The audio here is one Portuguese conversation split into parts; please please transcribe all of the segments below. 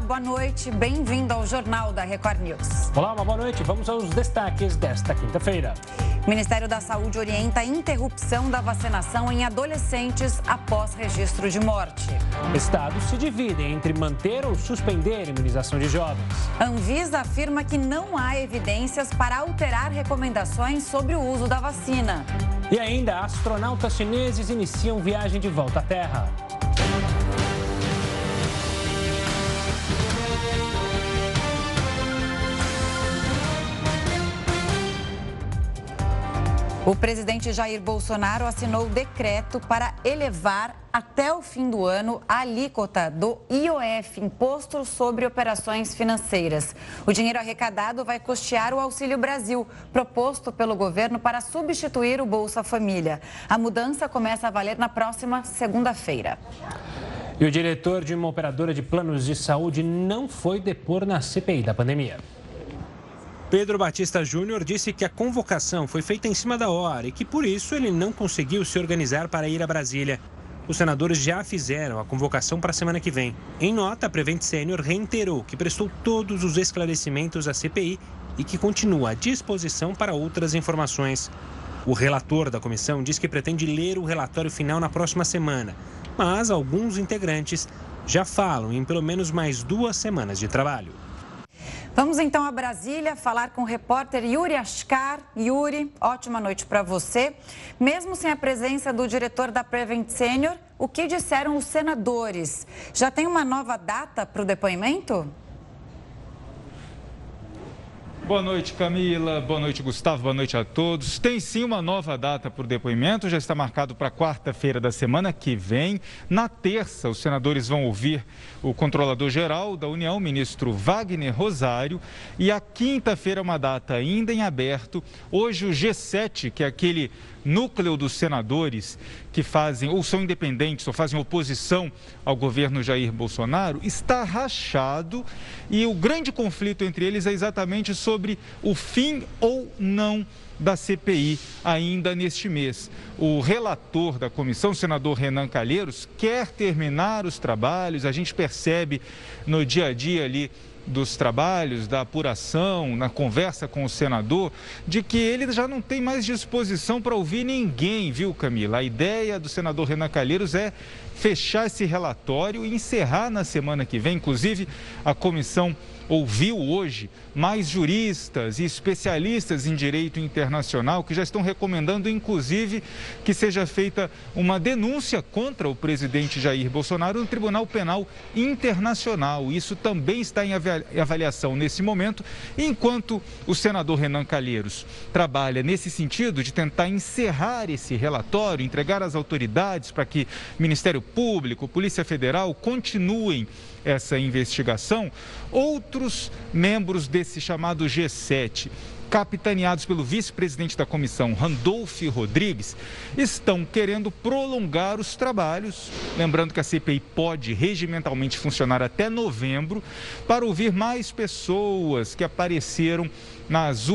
boa noite. Bem-vindo ao Jornal da Record News. Olá, uma boa noite. Vamos aos destaques desta quinta-feira. O Ministério da Saúde orienta a interrupção da vacinação em adolescentes após registro de morte. Estados se dividem entre manter ou suspender a imunização de jovens. Anvisa afirma que não há evidências para alterar recomendações sobre o uso da vacina. E ainda, astronautas chineses iniciam viagem de volta à Terra. O presidente Jair Bolsonaro assinou decreto para elevar até o fim do ano a alíquota do IOF, Imposto sobre Operações Financeiras. O dinheiro arrecadado vai custear o Auxílio Brasil, proposto pelo governo para substituir o Bolsa Família. A mudança começa a valer na próxima segunda-feira. E o diretor de uma operadora de planos de saúde não foi depor na CPI da pandemia. Pedro Batista Júnior disse que a convocação foi feita em cima da hora e que, por isso, ele não conseguiu se organizar para ir a Brasília. Os senadores já fizeram a convocação para a semana que vem. Em nota, a Prevent Senior reiterou que prestou todos os esclarecimentos à CPI e que continua à disposição para outras informações. O relator da comissão diz que pretende ler o relatório final na próxima semana, mas alguns integrantes já falam em pelo menos mais 2 semanas de trabalho. Vamos então a Brasília falar com o repórter Yuri Ascar. Yuri, ótima noite para você. Mesmo sem a presença do diretor da Prevent Senior, o que disseram os senadores? Já tem uma nova data para o depoimento? Boa noite, Camila. Boa noite, Gustavo. Boa noite a todos. Tem sim uma nova data para o depoimento. Já está marcado para quarta-feira da semana que vem. Na terça, os senadores vão ouvir o controlador-geral da União, o ministro Wagner Rosário. E a quinta-feira é uma data ainda em aberto. Hoje, o G7, que é aquele núcleo dos senadores que fazem ou são independentes ou fazem oposição ao governo Jair Bolsonaro, está rachado e o grande conflito entre eles é exatamente sobre o fim ou não da CPI ainda neste mês. O relator da comissão, o senador Renan Calheiros, quer terminar os trabalhos. A gente percebe no dia a dia ali dos trabalhos, da apuração, na conversa com o senador, de que ele já não tem mais disposição para ouvir ninguém, viu, Camila? A ideia do senador Renan Calheiros é fechar esse relatório e encerrar na semana que vem. Inclusive, a comissão ouviu hoje mais juristas e especialistas em direito internacional que já estão recomendando, inclusive, que seja feita uma denúncia contra o presidente Jair Bolsonaro no Tribunal Penal Internacional. Isso também está em avaliação nesse momento, enquanto o senador Renan Calheiros trabalha nesse sentido de tentar encerrar esse relatório, entregar às autoridades para que Ministério Público, Polícia Federal continuem essa investigação. Outros membros desse chamado G7, capitaneados pelo vice-presidente da comissão, Randolph Rodrigues, estão querendo prolongar os trabalhos. Lembrando que a CPI pode regimentalmente funcionar até novembro, para ouvir mais pessoas que apareceram nos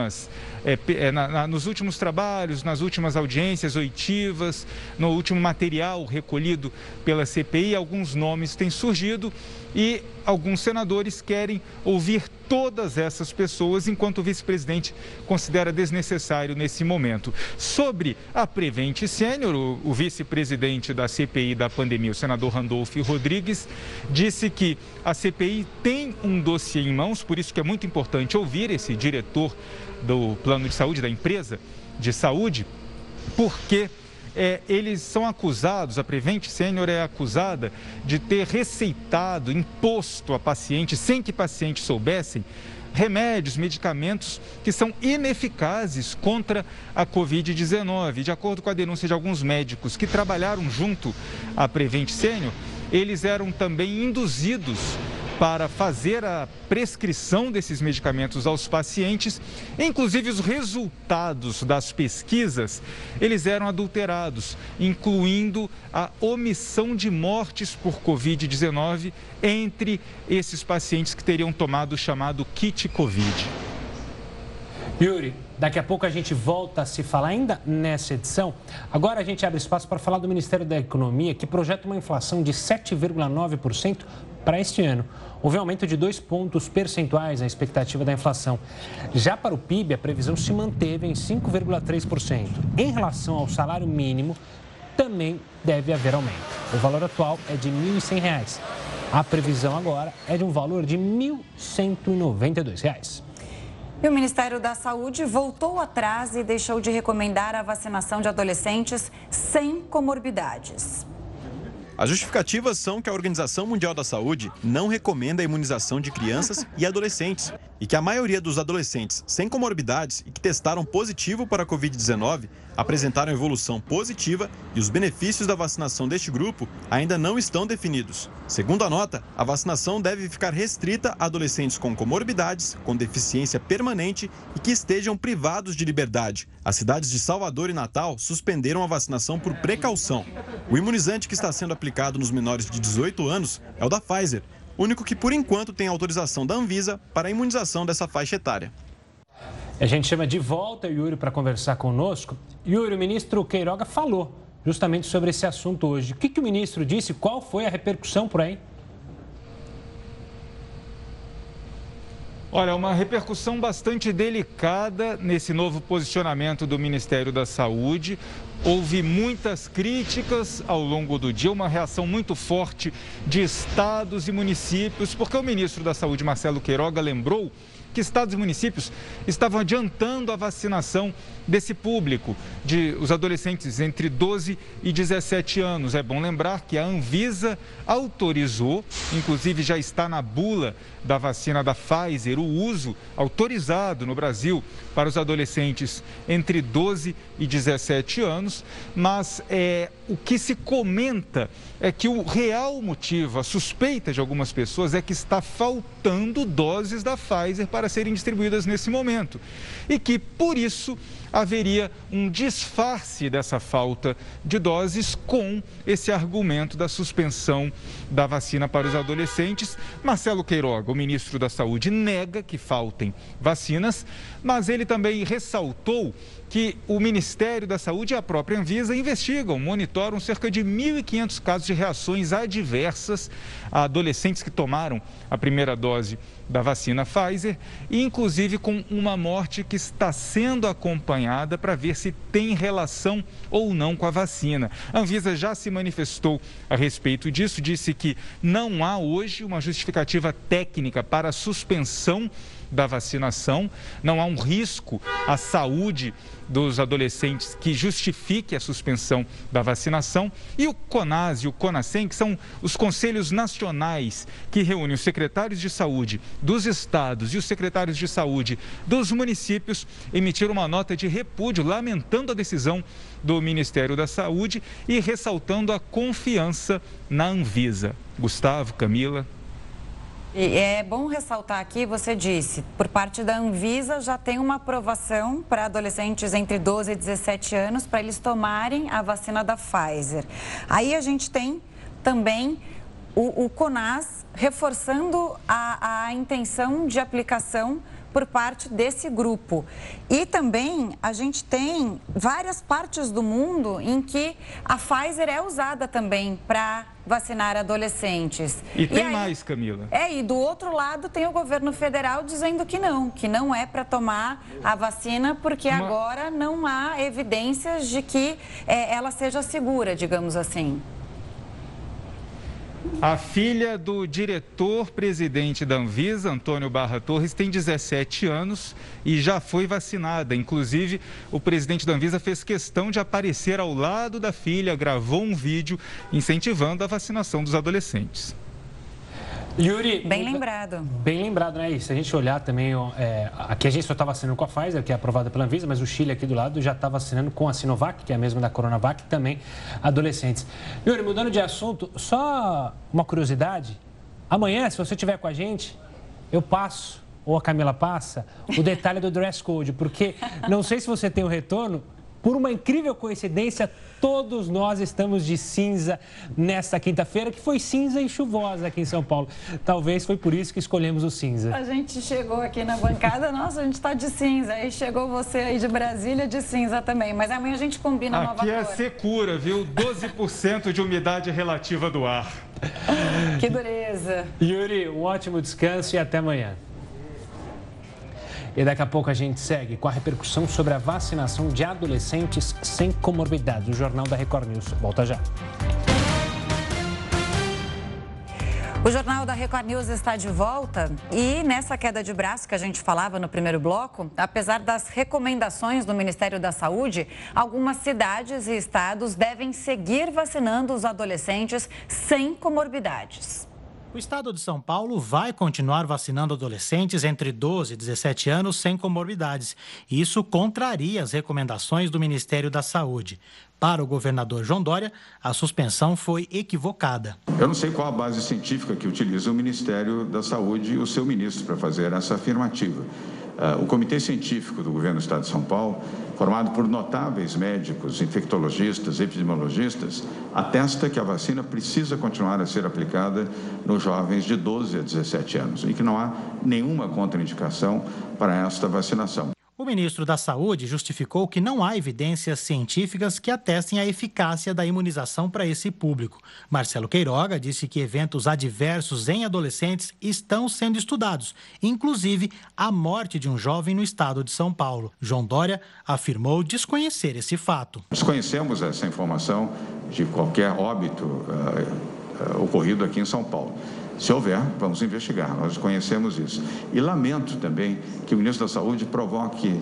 últimos trabalhos, nas últimas audiências oitivas, no último material recolhido pela CPI. Alguns nomes têm surgido e alguns senadores querem ouvir todas essas pessoas, enquanto o vice-presidente considera desnecessário nesse momento. Sobre a Prevent Senior, o vice-presidente da CPI da pandemia, o senador Randolph Rodrigues, disse que a CPI tem um dossiê em mãos, por isso que é muito importante ouvir esse diretor do plano de saúde, da empresa de saúde, porque eles são acusados, a Prevent Senior é acusada de ter receitado, imposto a pacientes, sem que pacientes soubessem, remédios, medicamentos que são ineficazes contra a Covid-19. De acordo com a denúncia de alguns médicos que trabalharam junto à Prevent Senior, eles eram também induzidos para fazer a prescrição desses medicamentos aos pacientes. Inclusive, os resultados das pesquisas, eles eram adulterados, incluindo a omissão de mortes por Covid-19 entre esses pacientes que teriam tomado o chamado kit Covid. Yuri, daqui a pouco a gente volta a se falar ainda nessa edição. Agora a gente abre espaço para falar do Ministério da Economia, que projeta uma inflação de 7,9% para este ano. Houve um aumento de 2 pontos percentuais na expectativa da inflação. Já para o PIB, a previsão se manteve em 5,3%. Em relação ao salário mínimo, também deve haver aumento. O valor atual é de R$ 1.100. A previsão agora é de um valor de R$ 1.192. E o Ministério da Saúde voltou atrás e deixou de recomendar a vacinação de adolescentes sem comorbidades. As justificativas são que a Organização Mundial da Saúde não recomenda a imunização de crianças e adolescentes e que a maioria dos adolescentes sem comorbidades e que testaram positivo para a Covid-19 apresentaram evolução positiva e os benefícios da vacinação deste grupo ainda não estão definidos. Segundo a nota, a vacinação deve ficar restrita a adolescentes com comorbidades, com deficiência permanente e que estejam privados de liberdade. As cidades de Salvador e Natal suspenderam a vacinação por precaução. O imunizante que está sendo aplicado nos menores de 18 anos é o da Pfizer, único que por enquanto tem autorização da Anvisa para a imunização dessa faixa etária. A gente chama de volta o Yuri para conversar conosco. Yuri, o ministro Queiroga falou justamente sobre esse assunto hoje. O que o ministro disse? Qual foi a repercussão por aí? Olha, uma repercussão bastante delicada nesse novo posicionamento do Ministério da Saúde. Houve muitas críticas ao longo do dia, uma reação muito forte de estados e municípios, porque o ministro da Saúde, Marcelo Queiroga, lembrou que estados e municípios estavam adiantando a vacinação desse público, de os adolescentes entre 12 e 17 anos. É bom lembrar que a Anvisa autorizou, inclusive já está na bula da vacina da Pfizer, o uso autorizado no Brasil para os adolescentes entre 12 e 17 anos, mas o que se comenta é que o real motivo, a suspeita de algumas pessoas é que está faltando doses da Pfizer para serem distribuídas nesse momento e que, por isso, haveria um disfarce dessa falta de doses com esse argumento da suspensão da vacina para os adolescentes. Marcelo Queiroga, o ministro da Saúde, nega que faltem vacinas, mas ele também ressaltou que o Ministério da Saúde e a própria Anvisa investigam, monitoram cerca de 1.500 casos de reações adversas a adolescentes que tomaram a primeira dose da vacina Pfizer, e inclusive com uma morte que está sendo acompanhada para ver se tem relação ou não com a vacina. A Anvisa já se manifestou a respeito disso, disse que não há hoje uma justificativa técnica para a suspensão da vacinação, não há um risco à saúde dos adolescentes que justifique a suspensão da vacinação. E o CONAS e o CONASEM, que são os conselhos nacionais que reúnem os secretários de saúde dos estados e os secretários de saúde dos municípios, emitiram uma nota de repúdio lamentando a decisão do Ministério da Saúde e ressaltando a confiança na Anvisa. Gustavo, Camila. E é bom ressaltar aqui, você disse, por parte da Anvisa já tem uma aprovação para adolescentes entre 12 e 17 anos para eles tomarem a vacina da Pfizer. Aí a gente tem também o CONAS reforçando a intenção de aplicação por parte desse grupo. E também a gente tem várias partes do mundo em que a Pfizer é usada também para vacinar adolescentes. E tem mais, Camila. E do outro lado tem o governo federal dizendo que não é para tomar a vacina porque agora não há evidências de que ela seja segura, digamos assim. A filha do diretor-presidente da Anvisa, Antônio Barra Torres, tem 17 anos e já foi vacinada. Inclusive, o presidente da Anvisa fez questão de aparecer ao lado da filha, gravou um vídeo incentivando a vacinação dos adolescentes. Yuri, bem lembrado. Bem lembrado, né? E se a gente olhar também, aqui a gente só está vacinando com a Pfizer, que é aprovada pela Anvisa, mas o Chile aqui do lado já está vacinando com a Sinovac, que é a mesma da Coronavac, também adolescentes. Yuri, mudando de assunto, só uma curiosidade. Amanhã, se você estiver com a gente, eu passo, ou a Camila passa, o detalhe do dress code, porque não sei se você tem o retorno, por uma incrível coincidência, todos nós estamos de cinza nesta quinta-feira, que foi cinza e chuvosa aqui em São Paulo. Talvez foi por isso que escolhemos o cinza. A gente chegou aqui na bancada, nossa, a gente está de cinza. Aí chegou você aí de Brasília de cinza também. Mas amanhã a gente combina a nova cor. Aqui é secura, viu? 12% de umidade relativa do ar. Que dureza. Yuri, um ótimo descanso e até amanhã. E daqui a pouco a gente segue com a repercussão sobre a vacinação de adolescentes sem comorbidades. O Jornal da Record News volta já. O Jornal da Record News está de volta e nessa queda de braço que a gente falava no primeiro bloco, apesar das recomendações do Ministério da Saúde, algumas cidades e estados devem seguir vacinando os adolescentes sem comorbidades. O estado de São Paulo vai continuar vacinando adolescentes entre 12 e 17 anos sem comorbidades. Isso contraria as recomendações do Ministério da Saúde. Para o governador João Dória, a suspensão foi equivocada. Eu não sei qual a base científica que utiliza o Ministério da Saúde e o seu ministro para fazer essa afirmativa. O Comitê Científico do Governo do Estado de São Paulo, formado por notáveis médicos, infectologistas, epidemiologistas, atesta que a vacina precisa continuar a ser aplicada nos jovens de 12 a 17 anos e que não há nenhuma contraindicação para esta vacinação. O ministro da Saúde justificou que não há evidências científicas que atestem a eficácia da imunização para esse público. Marcelo Queiroga disse que eventos adversos em adolescentes estão sendo estudados, inclusive a morte de um jovem no estado de São Paulo. João Dória afirmou desconhecer esse fato. Desconhecemos essa informação de qualquer óbito ocorrido aqui em São Paulo. Se houver, vamos investigar, nós conhecemos isso. E lamento também que o ministro da Saúde provoque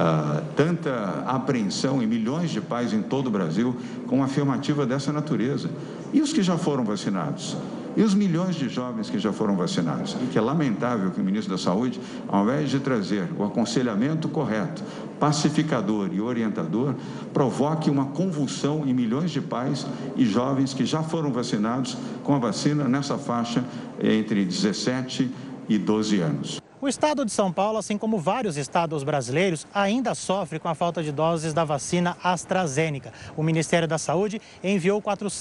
tanta apreensão em milhões de pais em todo o Brasil com uma afirmativa dessa natureza. E os que já foram vacinados? E os milhões de jovens que já foram vacinados? E que é lamentável que o ministro da Saúde, ao invés de trazer o aconselhamento correto, pacificador e orientador, provoque uma convulsão em milhões de pais e jovens que já foram vacinados com a vacina nessa faixa entre 17 e 12 anos. O estado de São Paulo, assim como vários estados brasileiros, ainda sofre com a falta de doses da vacina AstraZeneca. O Ministério da Saúde enviou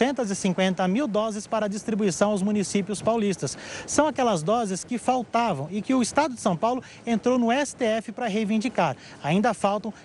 450 mil doses para distribuição aos municípios paulistas. São aquelas doses que faltavam e que o estado de São Paulo entrou no STF para reivindicar. Ainda faltam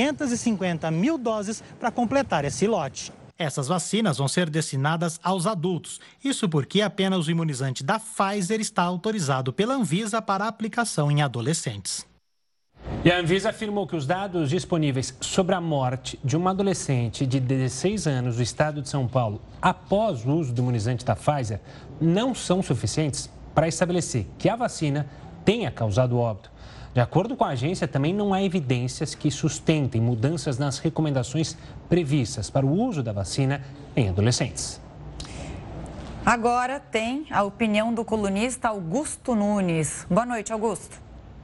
550 mil doses para completar esse lote. Essas vacinas vão ser destinadas aos adultos. Isso porque apenas o imunizante da Pfizer está autorizado pela Anvisa para aplicação em adolescentes. E a Anvisa afirmou que os dados disponíveis sobre a morte de uma adolescente de 16 anos do estado de São Paulo após o uso do imunizante da Pfizer não são suficientes para estabelecer que a vacina tenha causado óbito. De acordo com a agência, também não há evidências que sustentem mudanças nas recomendações previstas para o uso da vacina em adolescentes. Agora tem a opinião do colunista Augusto Nunes. Boa noite, Augusto.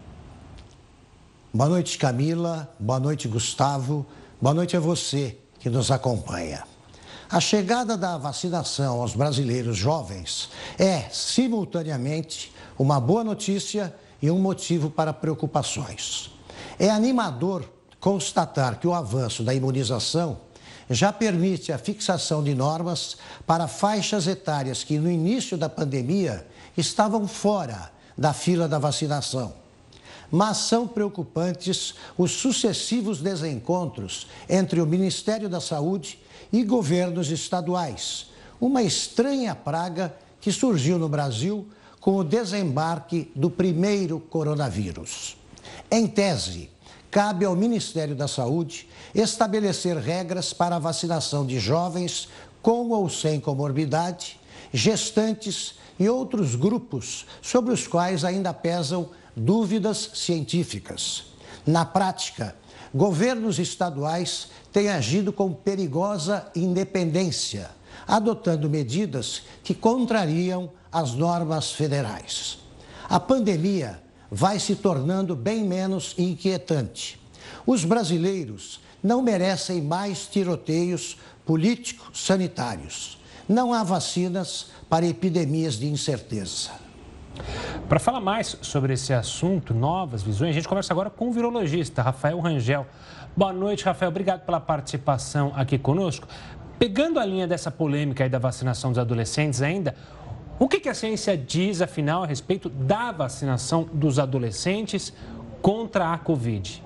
Boa noite, Camila. Boa noite, Gustavo. Boa noite a você que nos acompanha. A chegada da vacinação aos brasileiros jovens é, simultaneamente, uma boa notícia e um motivo para preocupações. É animador constatar que o avanço da imunização já permite a fixação de normas para faixas etárias que no início da pandemia estavam fora da fila da vacinação. Mas são preocupantes os sucessivos desencontros entre o Ministério da Saúde e governos estaduais, uma estranha praga que surgiu no Brasil com o desembarque do primeiro coronavírus. Em tese, cabe ao Ministério da Saúde estabelecer regras para a vacinação de jovens com ou sem comorbidade, gestantes e outros grupos sobre os quais ainda pesam dúvidas científicas. Na prática, governos estaduais têm agido com perigosa independência, adotando medidas que contrariam as normas federais. A pandemia vai se tornando bem menos inquietante. Os brasileiros não merecem mais tiroteios políticos sanitários. Não há vacinas para epidemias de incerteza. Para falar mais sobre esse assunto, novas visões, a gente conversa agora com o virologista Rafael Rangel. Boa noite, Rafael. Obrigado pela participação aqui conosco. Pegando a linha dessa polêmica aí da vacinação dos adolescentes ainda, o que a ciência diz, afinal, a respeito da vacinação dos adolescentes contra a Covid?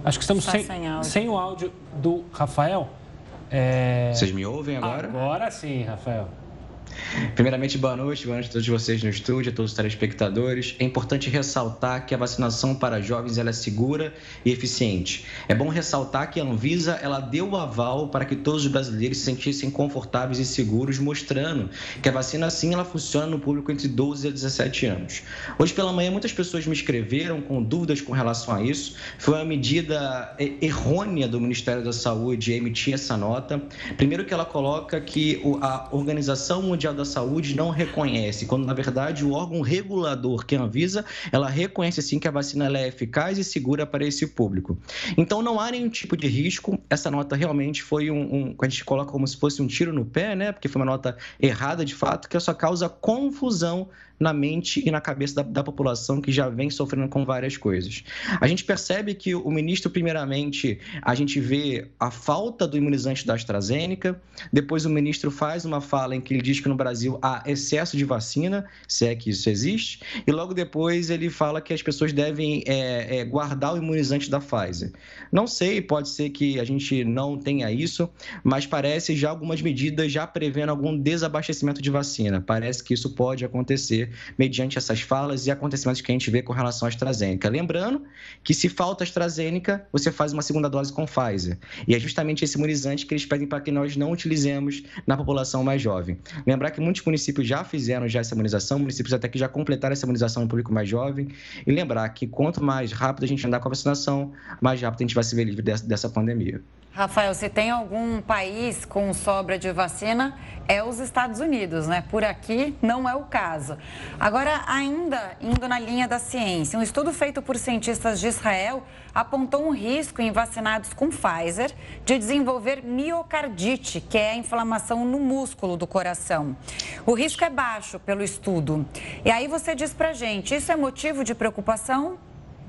Acho que estamos sem o áudio do Rafael. Vocês me ouvem agora? Agora sim, Rafael. Primeiramente, boa noite a todos vocês no estúdio, a todos os telespectadores. É importante ressaltar que a vacinação para jovens ela é segura e eficiente. É bom ressaltar que a Anvisa ela deu o aval para que todos os brasileiros se sentissem confortáveis e seguros, mostrando que a vacina, sim, ela funciona no público entre 12 e 17 anos. Hoje pela manhã, muitas pessoas me escreveram com dúvidas com relação a isso. Foi uma medida errônea do Ministério da Saúde emitir essa nota. Primeiro que ela coloca que a Organização Mundial da Saúde não reconhece, quando na verdade o órgão regulador, que é a Anvisa, ela reconhece sim que a vacina ela é eficaz e segura para esse público. Então não há nenhum tipo de risco. Essa nota realmente foi a gente coloca como se fosse um tiro no pé, né? Porque foi uma nota errada de fato, que só causa confusão na mente e na cabeça da população que já vem sofrendo com várias coisas. A gente percebe que o ministro, primeiramente, a gente vê a falta do imunizante da AstraZeneca, depois o ministro faz uma fala em que ele diz que no Brasil há excesso de vacina, se é que isso existe, e logo depois ele fala que as pessoas devem guardar o imunizante da Pfizer. Não sei, pode ser que a gente não tenha isso, mas parece já algumas medidas já prevendo algum desabastecimento de vacina. Parece que isso pode acontecer mediante essas falas e acontecimentos que a gente vê com relação à AstraZeneca. Lembrando que se falta AstraZeneca, você faz uma segunda dose com Pfizer. E é justamente esse imunizante que eles pedem para que nós não utilizemos na população mais jovem. Lembrar que muitos municípios já fizeram essa imunização, municípios até que já completaram essa imunização no público mais jovem. E lembrar que quanto mais rápido a gente andar com a vacinação, mais rápido a gente vai se ver livre dessa pandemia. Rafael, se tem algum país com sobra de vacina, é os Estados Unidos, né? Por aqui não é o caso. Agora, ainda indo na linha da ciência, um estudo feito por cientistas de Israel apontou um risco em vacinados com Pfizer de desenvolver miocardite, que é a inflamação no músculo do coração. O risco é baixo pelo estudo. E aí você diz pra gente, isso é motivo de preocupação?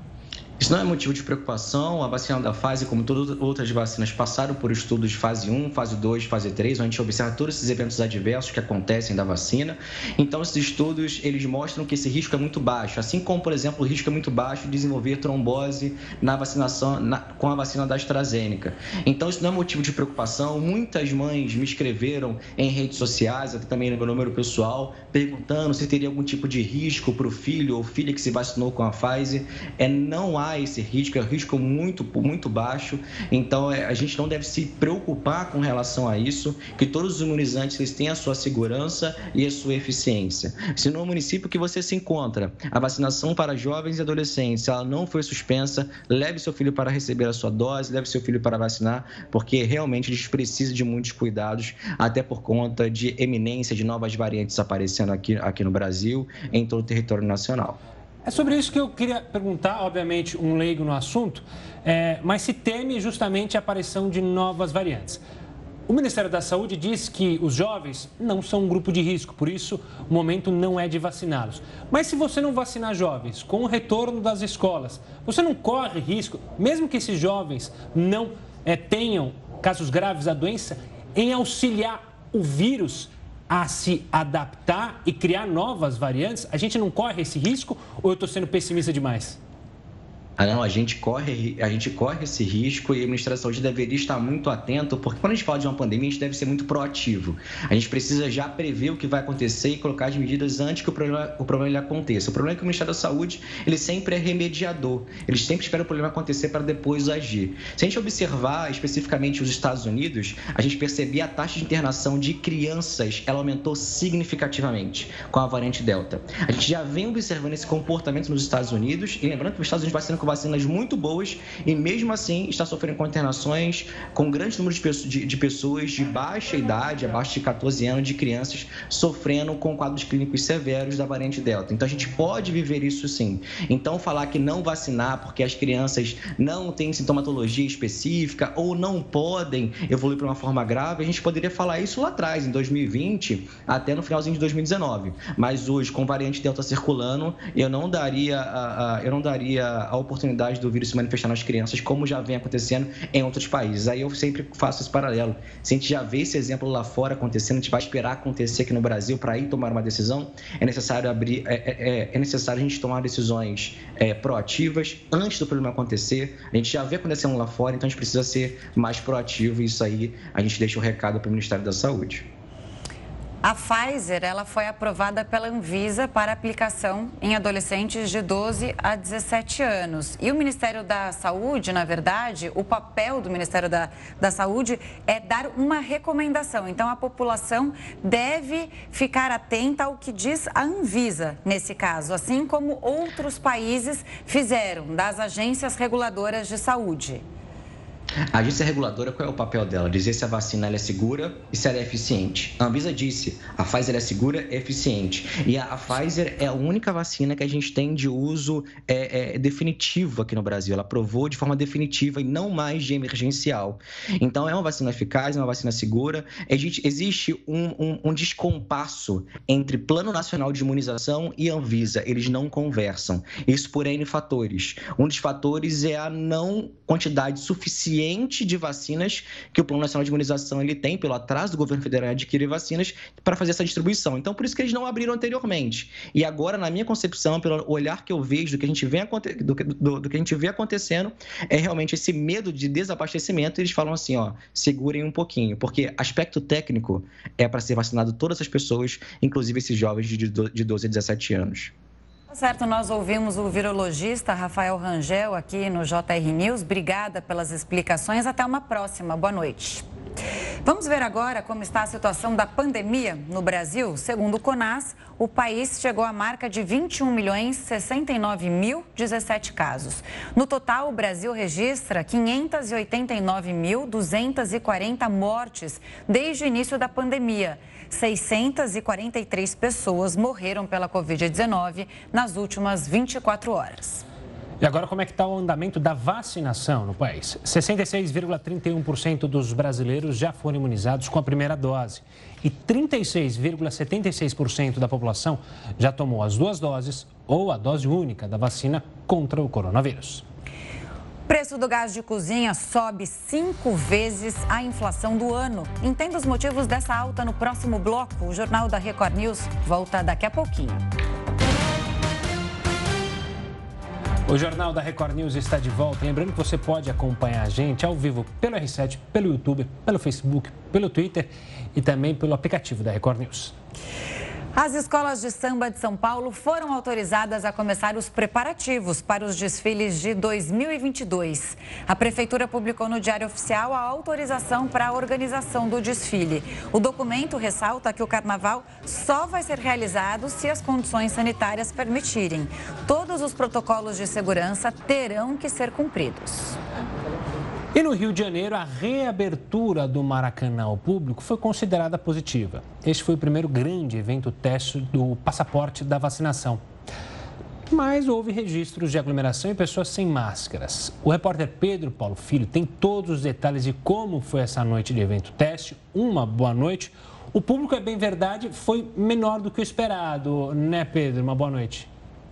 Isso não é motivo de preocupação. A vacina da Pfizer, como todas as outras vacinas, passaram por estudos de fase 1, fase 2, fase 3, onde a gente observa todos esses eventos adversos que acontecem da vacina. Então, esses estudos, eles mostram que esse risco é muito baixo. Assim como, por exemplo, o risco é muito baixo de desenvolver trombose na vacinação, com a vacina da AstraZeneca. Então, isso não é motivo de preocupação. Muitas mães me escreveram em redes sociais, até também no meu número pessoal, perguntando se teria algum tipo de risco para o filho ou filha que se vacinou com a Pfizer. Não há esse risco, é um risco muito, muito baixo, então a gente não deve se preocupar com relação a isso, que todos os imunizantes eles têm a sua segurança e a sua eficiência. Se no município que você se encontra, a vacinação para jovens e adolescentes, ela não foi suspensa, leve seu filho para receber a sua dose, leve seu filho para vacinar, porque realmente eles precisam de muitos cuidados, até por conta de eminência de novas variantes aparecendo aqui no Brasil, em todo o território nacional. É sobre isso que eu queria perguntar, obviamente, um leigo no assunto, mas se teme justamente a aparição de novas variantes. O Ministério da Saúde diz que os jovens não são um grupo de risco, por isso o momento não é de vaciná-los. Mas se você não vacinar jovens com o retorno das escolas, você não corre risco, mesmo que esses jovens não tenham casos graves da doença, em auxiliar o vírus a se adaptar e criar novas variantes? A gente não corre esse risco ou eu estou sendo pessimista demais? Não, a gente corre esse risco e o Ministério da Saúde deveria estar muito atento, porque quando a gente fala de uma pandemia, a gente deve ser muito proativo. A gente precisa já prever o que vai acontecer e colocar as medidas antes que o problema ele aconteça. O problema é que o Ministério da Saúde, ele sempre é remediador. Ele sempre espera o problema acontecer para depois agir. Se a gente observar especificamente os Estados Unidos, a gente percebia a taxa de internação de crianças, ela aumentou significativamente com a variante Delta. A gente já vem observando esse comportamento nos Estados Unidos, e lembrando que os Estados Unidos vacinam com vacinas muito boas e mesmo assim está sofrendo com internações com grande número de pessoas de baixa idade, abaixo de 14 anos, de crianças sofrendo com quadros clínicos severos da variante Delta. Então a gente pode viver isso sim. Então falar que não vacinar porque as crianças não têm sintomatologia específica ou não podem evoluir para uma forma grave, a gente poderia falar isso lá atrás, em 2020, até no finalzinho de 2019. Mas hoje, com variante Delta circulando, eu não daria a oportunidade oportunidade do vírus se manifestar nas crianças, como já vem acontecendo em outros países. Aí eu sempre faço esse paralelo. Se a gente já vê esse exemplo lá fora acontecendo, a gente vai esperar acontecer aqui no Brasil para ir tomar uma decisão. É necessário a gente tomar decisões proativas antes do problema acontecer. A gente já vê acontecendo lá fora, então a gente precisa ser mais proativo, e isso aí a gente deixa o recado para o Ministério da Saúde. A Pfizer, ela foi aprovada pela Anvisa para aplicação em adolescentes de 12 a 17 anos. E o Ministério da Saúde, na verdade, o papel do Ministério da Saúde é dar uma recomendação. Então, a população deve ficar atenta ao que diz a Anvisa nesse caso, assim como outros países fizeram, das agências reguladoras de saúde. A agência reguladora, qual é o papel dela? Dizer se a vacina ela é segura e se ela é eficiente. A Anvisa disse, a Pfizer é segura e eficiente. E a Pfizer é a única vacina que a gente tem de uso definitivo aqui no Brasil. Ela aprovou de forma definitiva e não mais de emergencial. Então, é uma vacina eficaz, é uma vacina segura. Existe um descompasso entre Plano Nacional de Imunização e Anvisa. Eles não conversam. Isso por N fatores. Um dos fatores é a não quantidade suficiente de vacinas que o Plano Nacional de Imunização ele tem, pelo atraso do governo federal, adquirir vacinas para fazer essa distribuição. Então, por isso que eles não abriram anteriormente. E agora, na minha concepção, pelo olhar que eu vejo do que a gente vê acontecendo, é realmente esse medo de desabastecimento. Eles falam assim, segurem um pouquinho, porque aspecto técnico é para ser vacinado todas as pessoas, inclusive esses jovens de 12 a 17 anos. Certo, nós ouvimos o virologista Rafael Rangel aqui no JR News. Obrigada pelas explicações. Até uma próxima. Boa noite. Vamos ver agora como está a situação da pandemia no Brasil. Segundo o CONAS, o país chegou à marca de 21.069.017 casos. No total, o Brasil registra 589.240 mortes desde o início da pandemia. 643 pessoas morreram pela Covid-19 nas últimas 24 horas. E agora, como é que está o andamento da vacinação no país? 66,31% dos brasileiros já foram imunizados com a primeira dose e 36,76% da população já tomou as 2 doses ou a dose única da vacina contra o coronavírus. O preço do gás de cozinha sobe 5 vezes a inflação do ano. Entenda os motivos dessa alta no próximo bloco. O Jornal da Record News volta daqui a pouquinho. O Jornal da Record News está de volta. Lembrando que você pode acompanhar a gente ao vivo pelo R7, pelo YouTube, pelo Facebook, pelo Twitter e também pelo aplicativo da Record News. As escolas de samba de São Paulo foram autorizadas a começar os preparativos para os desfiles de 2022. A Prefeitura publicou no Diário Oficial a autorização para a organização do desfile. O documento ressalta que o carnaval só vai ser realizado se as condições sanitárias permitirem. Todos os protocolos de segurança terão que ser cumpridos. E no Rio de Janeiro, a reabertura do Maracanã ao público foi considerada positiva. Este foi o primeiro grande evento teste do passaporte da vacinação. Mas houve registros de aglomeração e pessoas sem máscaras. O repórter Pedro Paulo Filho tem todos os detalhes de como foi essa noite de evento teste. Uma boa noite. O público, é bem verdade, foi menor do que o esperado, né, Pedro? Uma boa noite.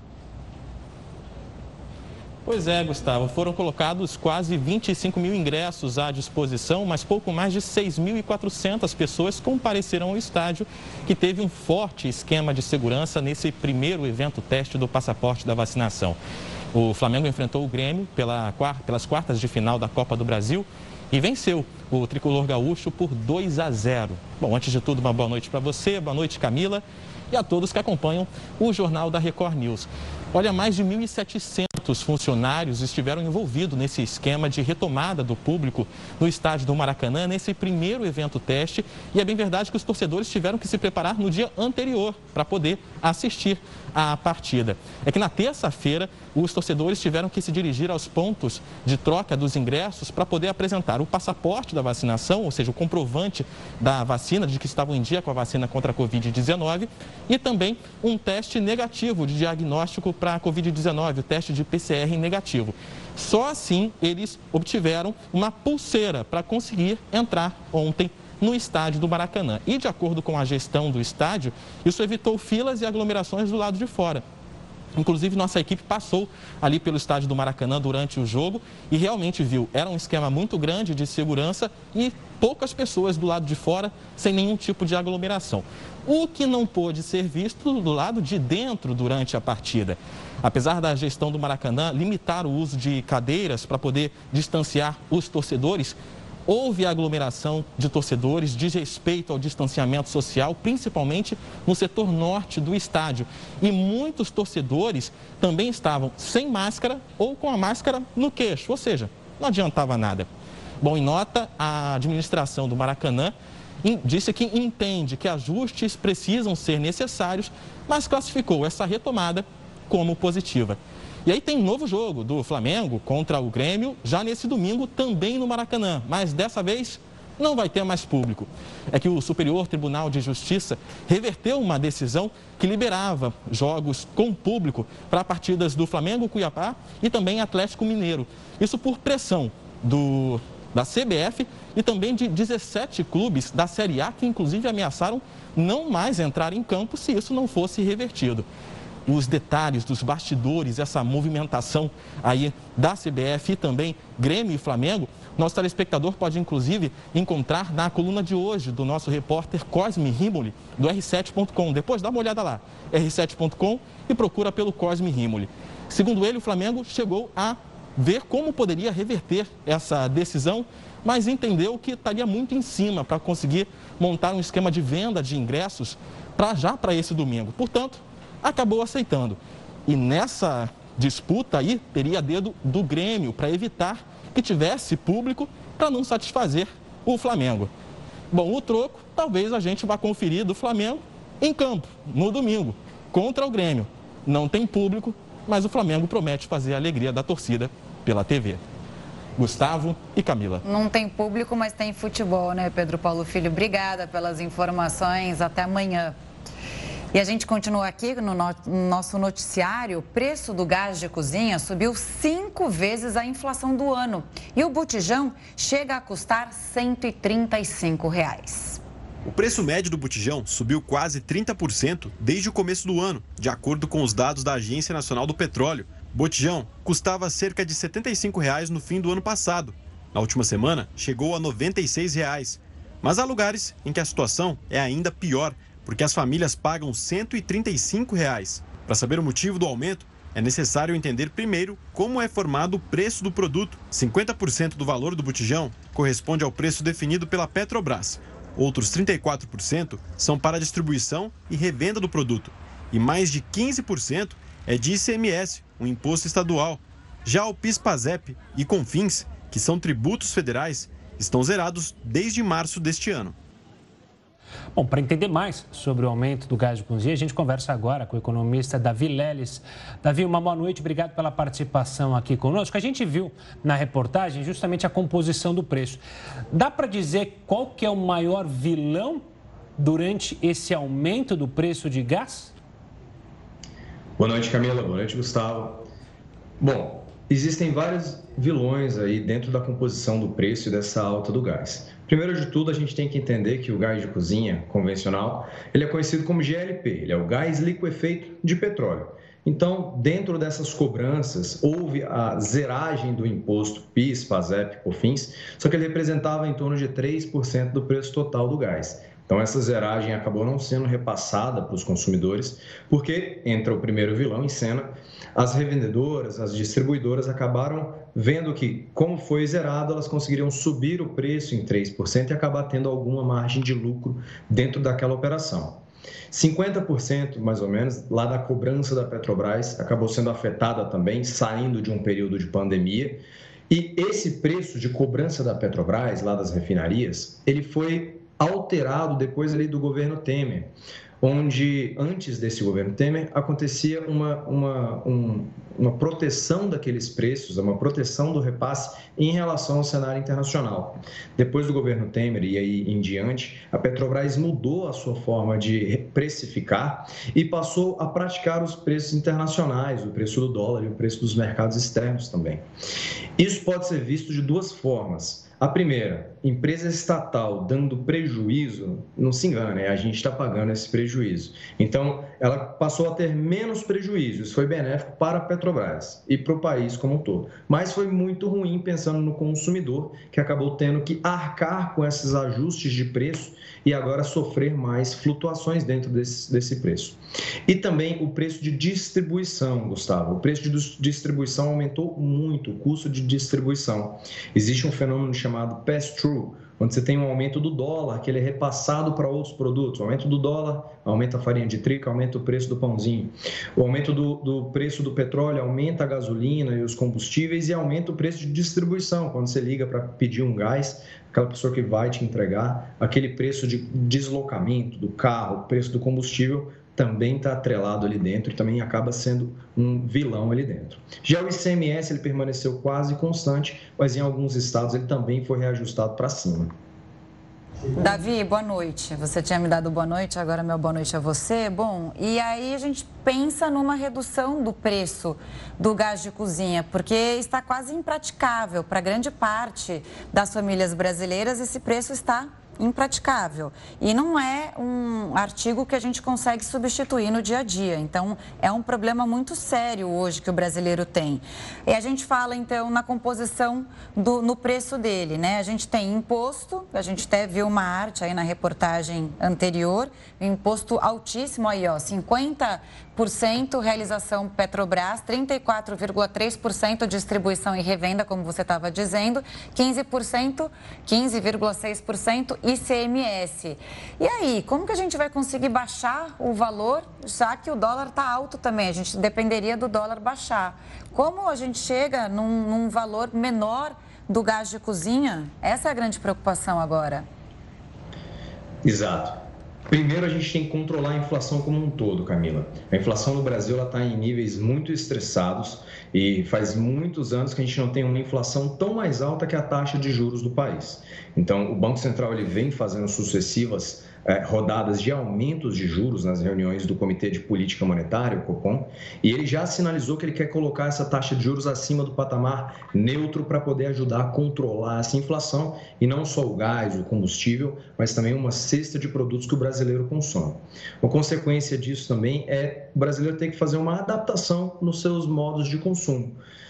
Pois é, Gustavo, foram colocados quase 25 mil ingressos à disposição, mas pouco mais de 6.400 pessoas compareceram ao estádio, que teve um forte esquema de segurança nesse primeiro evento teste do passaporte da vacinação. O Flamengo enfrentou o Grêmio pelas quartas de final da Copa do Brasil e venceu o tricolor gaúcho por 2-0. Bom, antes de tudo, uma boa noite para você, boa noite, Camila, e a todos que acompanham o Jornal da Record News. Olha, mais de 1.700 funcionários estiveram envolvidos nesse esquema de retomada do público no estádio do Maracanã, nesse primeiro evento teste. E é bem verdade que os torcedores tiveram que se preparar no dia anterior para poder assistir à partida. É que na terça-feira, os torcedores tiveram que se dirigir aos pontos de troca dos ingressos para poder apresentar o passaporte da vacinação, ou seja, o comprovante da vacina, de que estavam em dia com a vacina contra a Covid-19, e também um teste negativo de diagnóstico para a Covid-19, o teste de PCR negativo. Só assim eles obtiveram uma pulseira para conseguir entrar ontem no estádio do Maracanã. E de acordo com a gestão do estádio, isso evitou filas e aglomerações do lado de fora. Inclusive, nossa equipe passou ali pelo estádio do Maracanã durante o jogo e realmente viu, era um esquema muito grande de segurança e poucas pessoas do lado de fora, sem nenhum tipo de aglomeração. O que não pôde ser visto do lado de dentro durante a partida. Apesar da gestão do Maracanã limitar o uso de cadeiras para poder distanciar os torcedores, houve aglomeração de torcedores, desrespeito ao distanciamento social, principalmente no setor norte do estádio. E muitos torcedores também estavam sem máscara ou com a máscara no queixo, ou seja, não adiantava nada. Bom, em nota, a administração do Maracanã disse que entende que ajustes precisam ser necessários, mas classificou essa retomada como positiva. E aí tem um novo jogo do Flamengo contra o Grêmio, já nesse domingo, também no Maracanã. Mas dessa vez não vai ter mais público. É que o Superior Tribunal de Justiça reverteu uma decisão que liberava jogos com público para partidas do Flamengo, Cuiabá e também Atlético Mineiro. Isso por pressão da CBF e também de 17 clubes da Série A que inclusive ameaçaram não mais entrar em campo se isso não fosse revertido. Os detalhes dos bastidores, essa movimentação aí da CBF e também Grêmio e Flamengo, nosso telespectador pode inclusive encontrar na coluna de hoje do nosso repórter Cosme Rimoli, do R7.com. Depois dá uma olhada lá, R7.com, e procura pelo Cosme Rimoli. Segundo ele, o Flamengo chegou a ver como poderia reverter essa decisão, mas entendeu que estaria muito em cima para conseguir montar um esquema de venda de ingressos para esse domingo. Portanto, acabou aceitando. E nessa disputa aí, teria dedo do Grêmio para evitar que tivesse público para não satisfazer o Flamengo. Bom, o troco, talvez a gente vá conferir do Flamengo em campo, no domingo, contra o Grêmio. Não tem público, mas o Flamengo promete fazer a alegria da torcida pela TV. Gustavo e Camila. Não tem público, mas tem futebol, né, Pedro Paulo Filho? Obrigada pelas informações. Até amanhã. E a gente continua aqui no nosso noticiário. O preço do gás de cozinha subiu 5 vezes a inflação do ano. E o botijão chega a custar R$ 135. O preço médio do botijão subiu quase 30% desde o começo do ano, de acordo com os dados da Agência Nacional do Petróleo. O botijão custava cerca de R$ 75 no fim do ano passado. Na última semana, chegou a R$ 96. Mas há lugares em que a situação é ainda pior, porque as famílias pagam R$ 135. Para saber o motivo do aumento, é necessário entender primeiro como é formado o preço do produto. 50% do valor do botijão corresponde ao preço definido pela Petrobras. Outros 34% são para a distribuição e revenda do produto. E mais de 15% é de ICMS, um imposto estadual. Já o PIS/PASEP e CONFINS, que são tributos federais, estão zerados desde março deste ano. Bom, para entender mais sobre o aumento do gás de cozinha, a gente conversa agora com o economista Davi Leles. Davi, uma boa noite, obrigado pela participação aqui conosco. A gente viu na reportagem justamente a composição do preço. Dá para dizer qual que é o maior vilão durante esse aumento do preço de gás? Boa noite, Camila. Boa noite, Gustavo. Bom, existem vários vilões aí dentro da composição do preço e dessa alta do gás. Primeiro de tudo, a gente tem que entender que o gás de cozinha convencional, ele é conhecido como GLP, ele é o gás liquefeito de petróleo. Então, dentro dessas cobranças, houve a zeragem do imposto PIS, PASEP, COFINS, só que ele representava em torno de 3% do preço total do gás. Então, essa zeragem acabou não sendo repassada para os consumidores, porque entra o primeiro vilão em cena. As revendedoras, as distribuidoras acabaram vendo que, como foi zerado, elas conseguiriam subir o preço em 3% e acabar tendo alguma margem de lucro dentro daquela operação. 50%, mais ou menos, lá da cobrança da Petrobras acabou sendo afetada também, saindo de um período de pandemia. E esse preço de cobrança da Petrobras, lá das refinarias, ele foi alterado depois ali do governo Temer, onde antes desse governo Temer acontecia uma proteção daqueles preços, uma proteção do repasse em relação ao cenário internacional. Depois do governo Temer e aí em diante, a Petrobras mudou a sua forma de precificar e passou a praticar os preços internacionais, o preço do dólar e o preço dos mercados externos também. Isso pode ser visto de duas formas. A primeira, empresa estatal dando prejuízo, não se engane, a gente está pagando esse prejuízo. Então, ela passou a ter menos prejuízo, isso foi benéfico para a Petrobras e para o país como um todo. Mas foi muito ruim pensando no consumidor, que acabou tendo que arcar com esses ajustes de preço e agora sofrer mais flutuações dentro desse preço. E também o preço de distribuição, Gustavo. O preço de distribuição aumentou muito, o custo de distribuição. Existe um fenômeno chamado pass-through, onde você tem um aumento do dólar, que ele é repassado para outros produtos. O aumento do dólar aumenta a farinha de trigo, aumenta o preço do pãozinho. O aumento do preço do petróleo aumenta a gasolina e os combustíveis e aumenta o preço de distribuição. Quando você liga para pedir um gás, aquela pessoa que vai te entregar, aquele preço de deslocamento do carro, o preço do combustível, também está atrelado ali dentro e também acaba sendo um vilão ali dentro. Já o ICMS ele permaneceu quase constante, mas em alguns estados ele também foi reajustado para cima. Davi, boa noite. Você tinha me dado boa noite, agora meu boa noite a você. Bom, e aí a gente pensa numa redução do preço do gás de cozinha, porque está quase impraticável para grande parte das famílias brasileiras, esse preço está impraticável. E não é um artigo que a gente consegue substituir no dia a dia. Então, é um problema muito sério hoje que o brasileiro tem. E a gente fala, então, na composição no preço dele, né? A gente tem imposto, a gente até viu uma arte aí na reportagem anterior, um imposto altíssimo aí, ó, 50% realização Petrobras, 34,3% distribuição e revenda, como você estava dizendo, 15,6% ICMS. E aí, como que a gente vai conseguir baixar o valor, já que o dólar está alto também? A gente dependeria do dólar baixar. Como a gente chega num valor menor do gás de cozinha? Essa é a grande preocupação agora. Exato. Primeiro, a gente tem que controlar a inflação como um todo, Camila. A inflação no Brasil está em níveis muito estressados e faz muitos anos que a gente não tem uma inflação tão mais alta que a taxa de juros do país. Então, o Banco Central ele vem fazendo sucessivas rodadas de aumentos de juros nas reuniões do Comitê de Política Monetária, o Copom, e ele já sinalizou que ele quer colocar essa taxa de juros acima do patamar neutro para poder ajudar a controlar essa inflação, e não só o gás, o combustível, mas também uma cesta de produtos que o brasileiro consome. Uma consequência disso também é o brasileiro ter que fazer uma adaptação nos seus modos de consumo,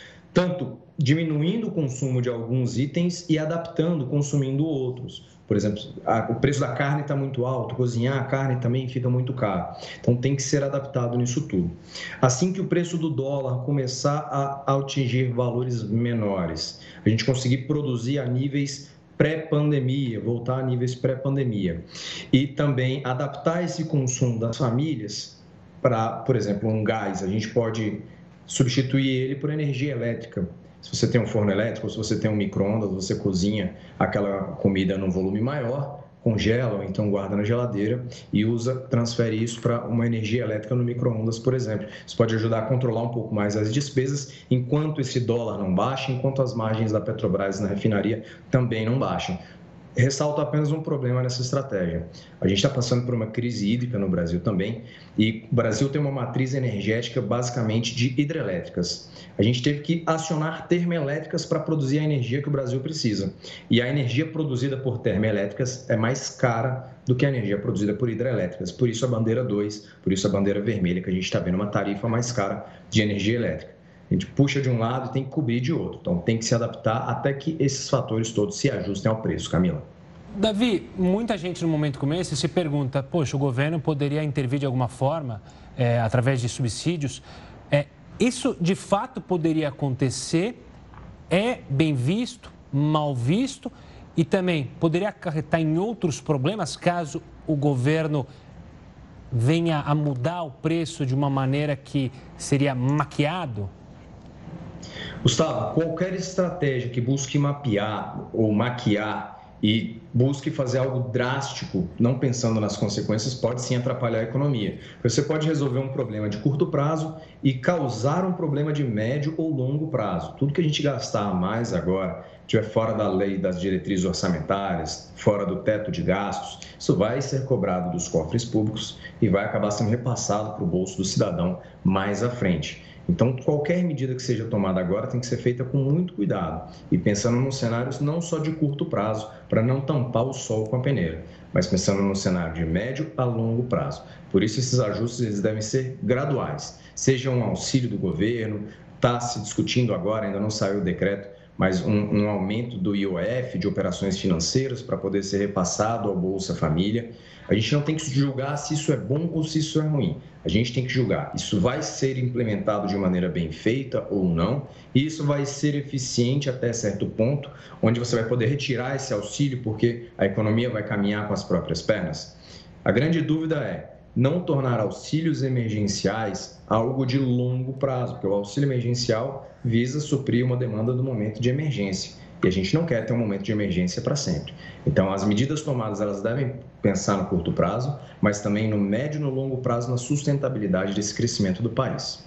tanto diminuindo o consumo de alguns itens e adaptando, consumindo outros. Por exemplo, o preço da carne está muito alto, cozinhar a carne também fica muito caro. Então, tem que ser adaptado nisso tudo. Assim que o preço do dólar começar a atingir valores menores, a gente conseguir produzir a níveis pré-pandemia, voltar a níveis pré-pandemia. E também adaptar esse consumo das famílias para, por exemplo, um gás. A gente pode substituir ele por energia elétrica. Se você tem um forno elétrico, se você tem um micro-ondas, você cozinha aquela comida num volume maior, congela ou então guarda na geladeira e transfere isso para uma energia elétrica no micro-ondas, por exemplo. Isso pode ajudar a controlar um pouco mais as despesas, enquanto esse dólar não baixa, enquanto as margens da Petrobras na refinaria também não baixam. Ressalto apenas um problema nessa estratégia. A gente está passando por uma crise hídrica no Brasil também, e o Brasil tem uma matriz energética basicamente de hidrelétricas. A gente teve que acionar termoelétricas para produzir a energia que o Brasil precisa. E a energia produzida por termoelétricas é mais cara do que a energia produzida por hidrelétricas. Por isso a bandeira 2, por isso a bandeira vermelha, que a gente está vendo uma tarifa mais cara de energia elétrica. A gente puxa de um lado e tem que cobrir de outro. Então, tem que se adaptar até que esses fatores todos se ajustem ao preço, Camila. Davi, muita gente no momento como esse se pergunta, poxa, o governo poderia intervir de alguma forma, através de subsídios. Isso, de fato, poderia acontecer? É bem visto, mal visto? E também poderia acarretar em outros problemas caso o governo venha a mudar o preço de uma maneira que seria maquiado? Gustavo, qualquer estratégia que busque mapear ou maquiar e busque fazer algo drástico, não pensando nas consequências, pode sim atrapalhar a economia. Você pode resolver um problema de curto prazo e causar um problema de médio ou longo prazo. Tudo que a gente gastar mais agora, estiver fora da lei das diretrizes orçamentárias, fora do teto de gastos, isso vai ser cobrado dos cofres públicos e vai acabar sendo repassado para o bolso do cidadão mais à frente. Então, qualquer medida que seja tomada agora tem que ser feita com muito cuidado e pensando nos cenários não só de curto prazo, para não tampar o sol com a peneira, mas pensando no cenário de médio a longo prazo. Por isso, esses ajustes eles devem ser graduais, seja um auxílio do governo, está se discutindo agora, ainda não saiu o decreto, mas um aumento do IOF, de operações financeiras, para poder ser repassado ao Bolsa Família. A gente não tem que julgar se isso é bom ou se isso é ruim. A gente tem que julgar, isso vai ser implementado de maneira bem feita ou não, e isso vai ser eficiente até certo ponto, onde você vai poder retirar esse auxílio porque a economia vai caminhar com as próprias pernas. A grande dúvida é não tornar auxílios emergenciais algo de longo prazo, porque o auxílio emergencial visa suprir uma demanda do momento de emergência. E a gente não quer ter um momento de emergência para sempre. Então, as medidas tomadas, elas devem pensar no curto prazo, mas também no médio e no longo prazo na sustentabilidade desse crescimento do país.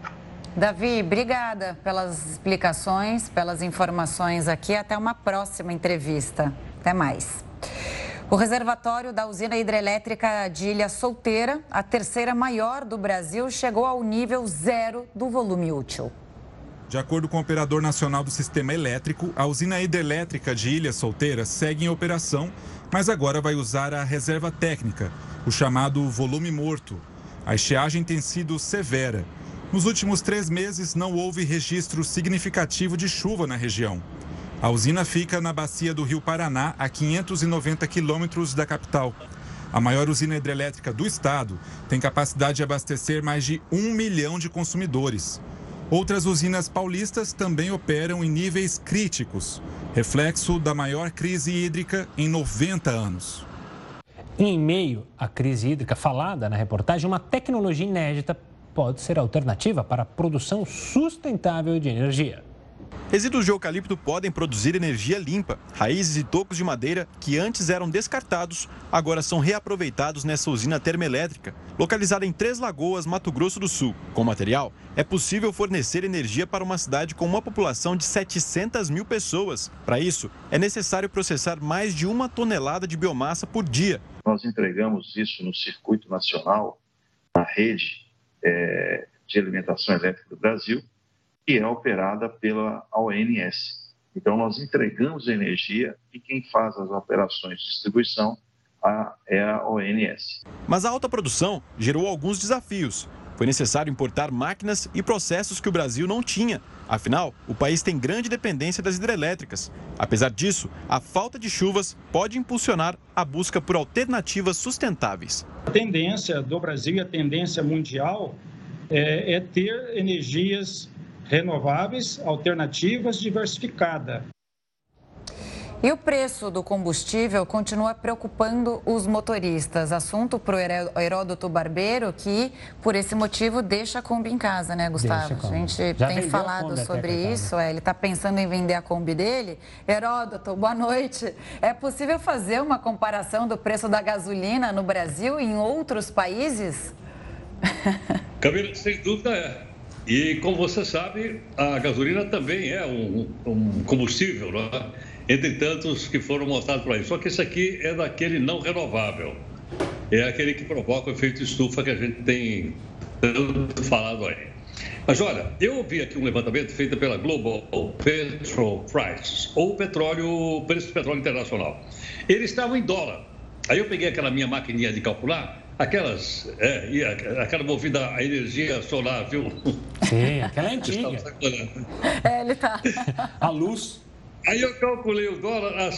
Davi, obrigada pelas explicações, pelas informações aqui. Até uma próxima entrevista. Até mais. O reservatório da usina hidrelétrica de Ilha Solteira, a terceira maior do Brasil, chegou ao nível 0 do volume útil. De acordo com o Operador Nacional do Sistema Elétrico, a usina hidrelétrica de Ilha Solteira segue em operação, mas agora vai usar a reserva técnica, o chamado volume morto. A estiagem tem sido severa. Nos últimos 3 meses, não houve registro significativo de chuva na região. A usina fica na bacia do Rio Paraná, a 590 quilômetros da capital. A maior usina hidrelétrica do estado tem capacidade de abastecer mais de 1 milhão de consumidores. Outras usinas paulistas também operam em níveis críticos, reflexo da maior crise hídrica em 90 anos. Em meio à crise hídrica falada na reportagem, uma tecnologia inédita pode ser alternativa para a produção sustentável de energia. Resíduos de eucalipto podem produzir energia limpa. Raízes e tocos de madeira que antes eram descartados, agora são reaproveitados nessa usina termoelétrica, localizada em Três Lagoas, Mato Grosso do Sul. Com o material, é possível fornecer energia para uma cidade com uma população de 700 mil pessoas. Para isso, é necessário processar mais de 1 tonelada de biomassa por dia. Nós entregamos isso no circuito nacional, na rede de alimentação elétrica do Brasil, que é operada pela ONS. Então, nós entregamos energia e quem faz as operações de distribuição é a ONS. Mas a alta produção gerou alguns desafios. Foi necessário importar máquinas e processos que o Brasil não tinha. Afinal, o país tem grande dependência das hidrelétricas. Apesar disso, a falta de chuvas pode impulsionar a busca por alternativas sustentáveis. A tendência do Brasil e a tendência mundial é ter energias renováveis, alternativas, diversificada. E o preço do combustível continua preocupando os motoristas. Assunto para o Heródoto Barbeiro, que por esse motivo deixa a Kombi em casa, né, Gustavo? A gente tem falado sobre isso, ele está pensando em vender a Kombi dele. Heródoto, boa noite. É possível fazer uma comparação do preço da gasolina no Brasil e em outros países? Camila, sem dúvida é. E, como você sabe, a gasolina também é um combustível, não é? Entre tantos que foram mostrados por aí. Só que esse aqui é daquele não renovável. É aquele que provoca o efeito estufa que a gente tem tanto falado aí. Mas, olha, eu ouvi aqui um levantamento feito pela Global Petrol Prices, ou preço do petróleo internacional. Eles estavam em dólar. Aí eu peguei aquela minha maquininha de calcular, aquela movida a energia solar, viu? Sim, aquela é antiga. Ele tá. A luz. Aí eu calculei o dólar a R$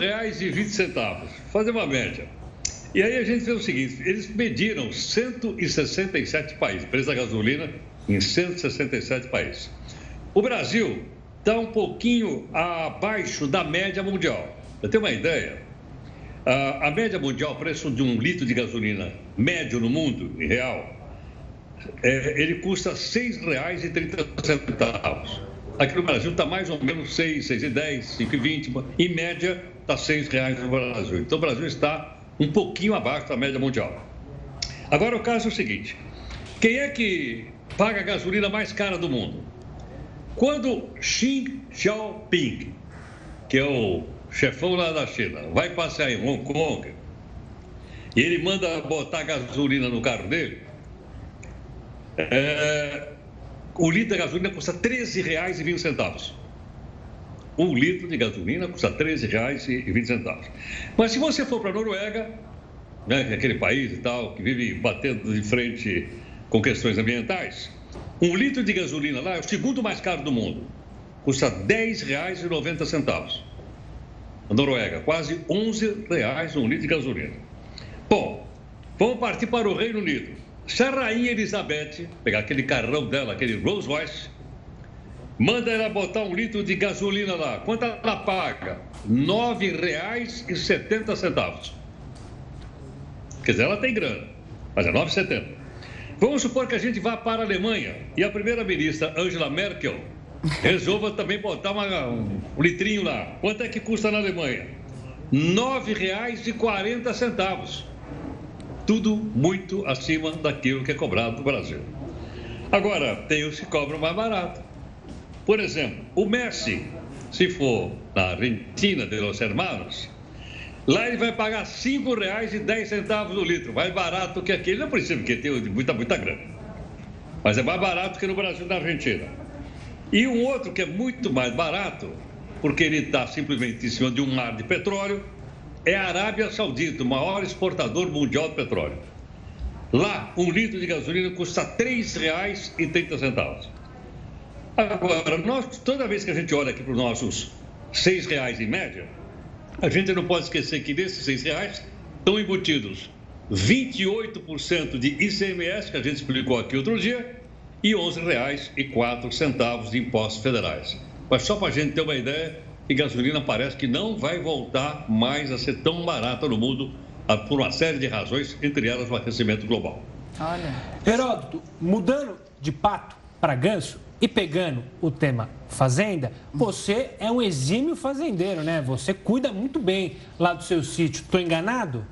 5,20. Fazer uma média. E aí a gente fez o seguinte, eles mediram 167 países, preço da gasolina em 167 países. O Brasil está um pouquinho abaixo da média mundial. Para ter uma ideia, a média mundial, o preço de 1 litro de gasolina médio no mundo, em real, ele custa R$ 6,30. Aqui no Brasil está mais ou menos 6, 6,10, 5,20. Em média, está R$ 6 no Brasil. Então, o Brasil está um pouquinho abaixo da média mundial. Agora, o caso é o seguinte. Quem é que paga a gasolina mais cara do mundo? Quando Xi Jinping, que é o chefão lá da China, vai passear em Hong Kong e ele manda botar gasolina no carro dele, o litro de gasolina custa R$ 13,20. 1 litro de gasolina custa R$ 13,20. Mas se você for para a Noruega, né, aquele país e tal, que vive batendo de frente com questões ambientais, 1 litro de gasolina lá é o segundo mais caro do mundo. Custa R$ 10,90. Na Noruega, quase R$ 11 um litro de gasolina. Bom, vamos partir para o Reino Unido. Se a Rainha Elizabeth pegar aquele carrão dela, aquele Rolls Royce, manda ela botar 1 litro de gasolina lá. Quanto ela paga? R$ 9,70. Quer dizer, ela tem grana, mas é R$ 9,70. Vamos supor que a gente vá para a Alemanha e a primeira-ministra Angela Merkel resolva também botar um litrinho lá. Quanto é que custa na Alemanha? R$ 9,40. Tudo muito acima daquilo que é cobrado no Brasil. Agora, tem os que cobram mais barato. Por exemplo, o Messi, se for na Argentina de Los Hermanos, lá ele vai pagar R$ 5,10 o litro, mais barato que aquele. Não precisa, porque tem muita grana. Mas é mais barato que no Brasil e na Argentina. E um outro que é muito mais barato, porque ele está simplesmente em cima de um mar de petróleo, é a Arábia Saudita, o maior exportador mundial de petróleo. Lá, 1 litro de gasolina custa R$ 3,30. Agora, toda vez que a gente olha aqui para os nossos R$ 6,00 em média, a gente não pode esquecer que desses R$ 6,00 estão embutidos 28% de ICMS, que a gente explicou aqui outro dia, e R$ 11,04 de impostos federais. Mas só para a gente ter uma ideia, que gasolina parece que não vai voltar mais a ser tão barata no mundo, por uma série de razões, entre elas o aquecimento global. Olha. Heródoto, mudando de pato para ganso e pegando o tema fazenda, você é um exímio fazendeiro, né? Você cuida muito bem lá do seu sítio. Estou enganado?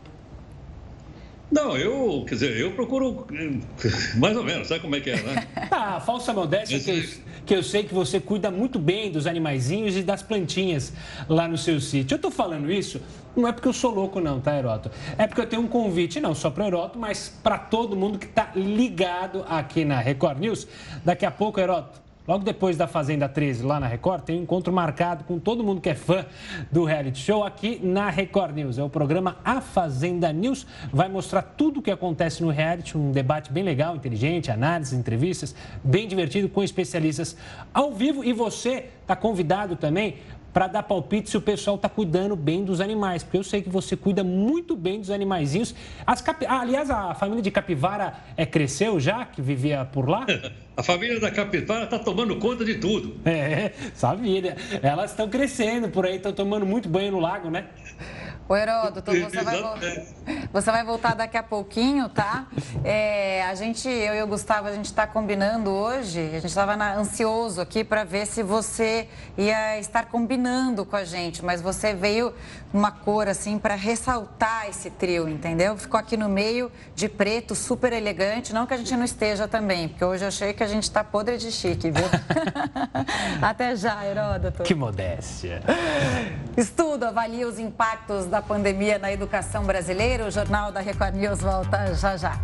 Não, eu procuro mais ou menos, sabe como é que é, né? Ah, falsa modéstia, que eu sei que você cuida muito bem dos animaizinhos e das plantinhas lá no seu sítio. Eu tô falando isso, não é porque eu sou louco não, tá, Heródoto? É porque eu tenho um convite, não só para o Heródoto, mas para todo mundo que tá ligado aqui na Record News. Daqui a pouco, Heródoto, logo depois da Fazenda 13, lá na Record, tem um encontro marcado com todo mundo que é fã do reality show aqui na Record News. É o programa A Fazenda News. Vai mostrar tudo o que acontece no reality, um debate bem legal, inteligente, análises, entrevistas, bem divertido com especialistas ao vivo. E você está convidado também para dar palpite se o pessoal está cuidando bem dos animais, porque eu sei que você cuida muito bem dos animaizinhos. Aliás, a família de capivara cresceu já, que vivia por lá? A família da capivara está tomando conta de tudo. É, família. Elas estão crescendo por aí, estão tomando muito banho no lago, né? Ô, Heródoto, você vai voltar daqui a pouquinho, tá? Eu e o Gustavo, a gente está combinando hoje, a gente estava ansioso aqui para ver se você ia estar combinando com a gente, mas você veio numa cor assim para ressaltar esse trio, entendeu? Ficou aqui no meio de preto, super elegante, não que a gente não esteja também, porque hoje eu achei que a gente está podre de chique, viu? Até já, Heródoto. Que modéstia. Estudo avalia os impactos da pandemia na educação brasileira. O Jornal da Record News volta já.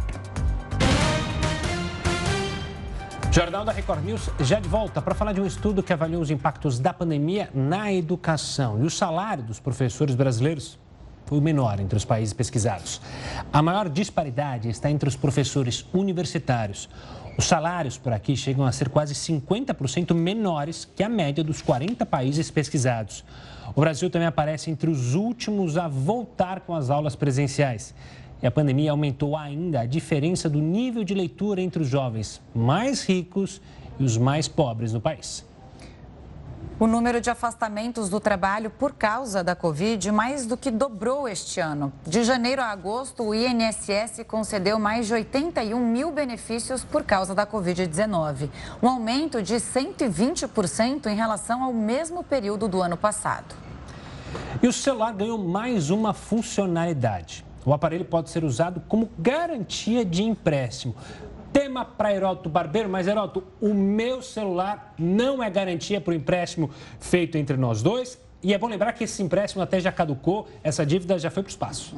Jornal da Record News já de volta para falar de um estudo que avaliou os impactos da pandemia na educação. E o salário dos professores brasileiros foi o menor entre os países pesquisados. A maior disparidade está entre os professores universitários. Os salários por aqui chegam a ser quase 50% menores que a média dos 40 países pesquisados. O Brasil também aparece entre os últimos a voltar com as aulas presenciais. E a pandemia aumentou ainda a diferença do nível de leitura entre os jovens mais ricos e os mais pobres no país. O número de afastamentos do trabalho por causa da Covid mais do que dobrou este ano. De janeiro a agosto, o INSS concedeu mais de 81 mil benefícios por causa da Covid-19, um aumento de 120% em relação ao mesmo período do ano passado. E o celular ganhou mais uma funcionalidade. O aparelho pode ser usado como garantia de empréstimo. Tema para Heródoto Barbeiro, mas Heródoto, o meu celular não é garantia para o empréstimo feito entre nós dois. E é bom lembrar que esse empréstimo até já caducou, essa dívida já foi para o espaço.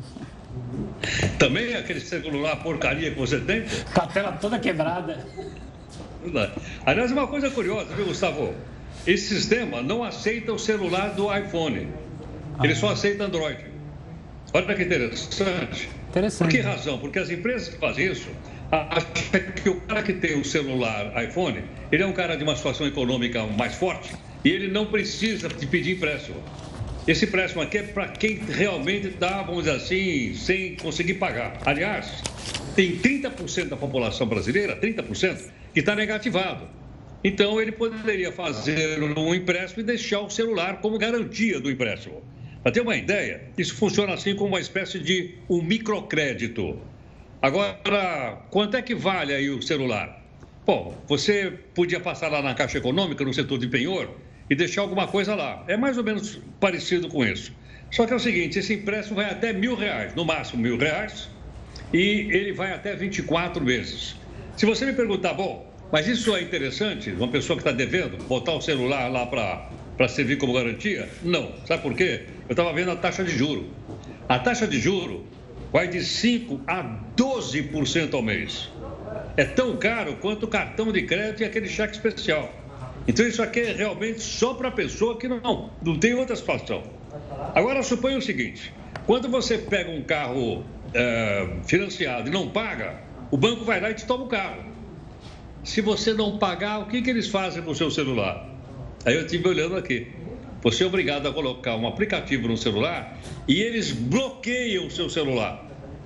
Também aquele celular porcaria que você tem? Com a tela toda quebrada. Aliás, uma coisa curiosa, viu, Gustavo? Esse sistema não aceita o celular do iPhone. Ele só aceita Android. Olha que interessante. Por que razão? Porque as empresas que fazem isso acham que o cara que tem o celular iPhone, ele é um cara de uma situação econômica mais forte e ele não precisa de pedir empréstimo. Esse empréstimo aqui é para quem realmente está, vamos dizer assim, sem conseguir pagar. Aliás, tem 30% da população brasileira, 30%, que está negativado. Então, ele poderia fazer um empréstimo e deixar o celular como garantia do empréstimo. Para ter uma ideia, isso funciona assim como uma espécie de um microcrédito. Agora, quanto é que vale aí o celular? Bom, você podia passar lá na Caixa Econômica, no setor de penhor, e deixar alguma coisa lá. É mais ou menos parecido com isso. Só que é o seguinte, esse empréstimo vai até R$1.000, no máximo R$1.000, e ele vai até 24 meses. Se você me perguntar, bom, mas isso é interessante, uma pessoa que está devendo, botar o celular lá para servir como garantia? Não. Sabe por quê? Eu estava vendo a taxa de juro. A taxa de juro vai de 5% a 12% ao mês. É tão caro quanto o cartão de crédito e aquele cheque especial. Então, isso aqui é realmente só para a pessoa que não tem outra situação. Agora, suponha o seguinte, quando você pega um carro financiado e não paga, o banco vai lá e te toma o carro. Se você não pagar, o que eles fazem com o seu celular? Aí eu estive olhando aqui. Você é obrigado a colocar um aplicativo no celular e eles bloqueiam o seu celular.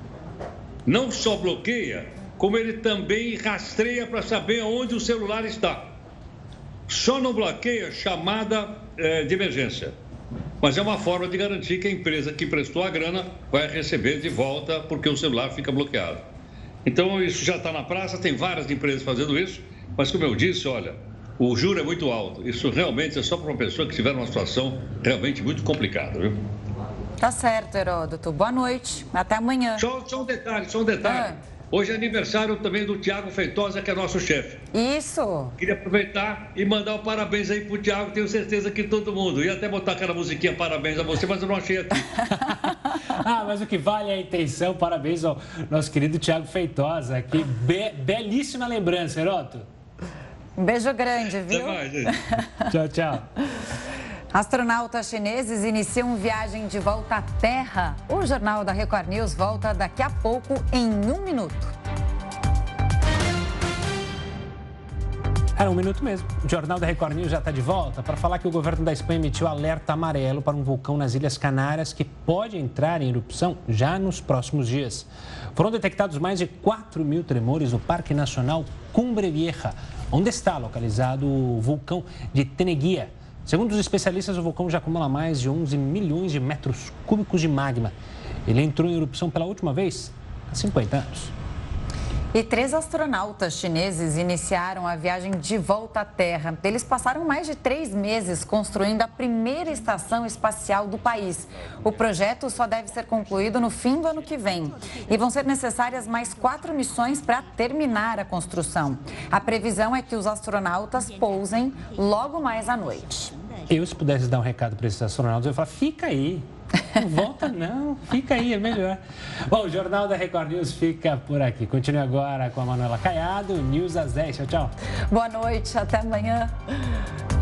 Não só bloqueia, como ele também rastreia para saber onde o celular está. Só não bloqueia chamada de emergência. Mas é uma forma de garantir que a empresa que prestou a grana vai receber de volta porque o celular fica bloqueado. Então, isso já está na praça, tem várias empresas fazendo isso, mas como eu disse, olha, o juro é muito alto. Isso realmente é só para uma pessoa que estiver numa situação realmente muito complicada, viu? Tá certo, Heródoto. Boa noite. Até amanhã. Só um detalhe. Hoje é aniversário também do Tiago Feitosa, que é nosso chefe. Isso. Queria aproveitar e mandar um parabéns aí pro Tiago, tenho certeza que todo mundo. Ia até botar aquela musiquinha parabéns a você, mas eu não achei aqui. Mas o que vale é a intenção. Parabéns ao nosso querido Tiago Feitosa. Que belíssima lembrança, Heródoto. Um beijo grande, viu? Até mais, gente. Tchau. Astronautas chineses iniciam viagem de volta à Terra. O Jornal da Record News volta daqui a pouco, em 1 minuto. Era 1 minuto mesmo. O Jornal da Record News já está de volta para falar que o governo da Espanha emitiu alerta amarelo para um vulcão nas Ilhas Canárias que pode entrar em erupção já nos próximos dias. Foram detectados mais de 4.000 tremores no Parque Nacional Cumbre Vieja, onde está localizado o vulcão de Teneguía. Segundo os especialistas, o vulcão já acumula mais de 11 milhões de metros cúbicos de magma. Ele entrou em erupção pela última vez há 50 anos. E 3 astronautas chineses iniciaram a viagem de volta à Terra. Eles passaram mais de 3 meses construindo a primeira estação espacial do país. O projeto só deve ser concluído no fim do ano que vem. E vão ser necessárias mais 4 missões para terminar a construção. A previsão é que os astronautas pousem logo mais à noite. Eu, se pudesse dar um recado para esses astronautas, eu ia falar, fica aí. Não volta não, fica aí, é melhor. Bom, o Jornal da Record News fica por aqui. Continue agora com a Manuela Caiado, News às 10. Tchau. Boa noite, até amanhã.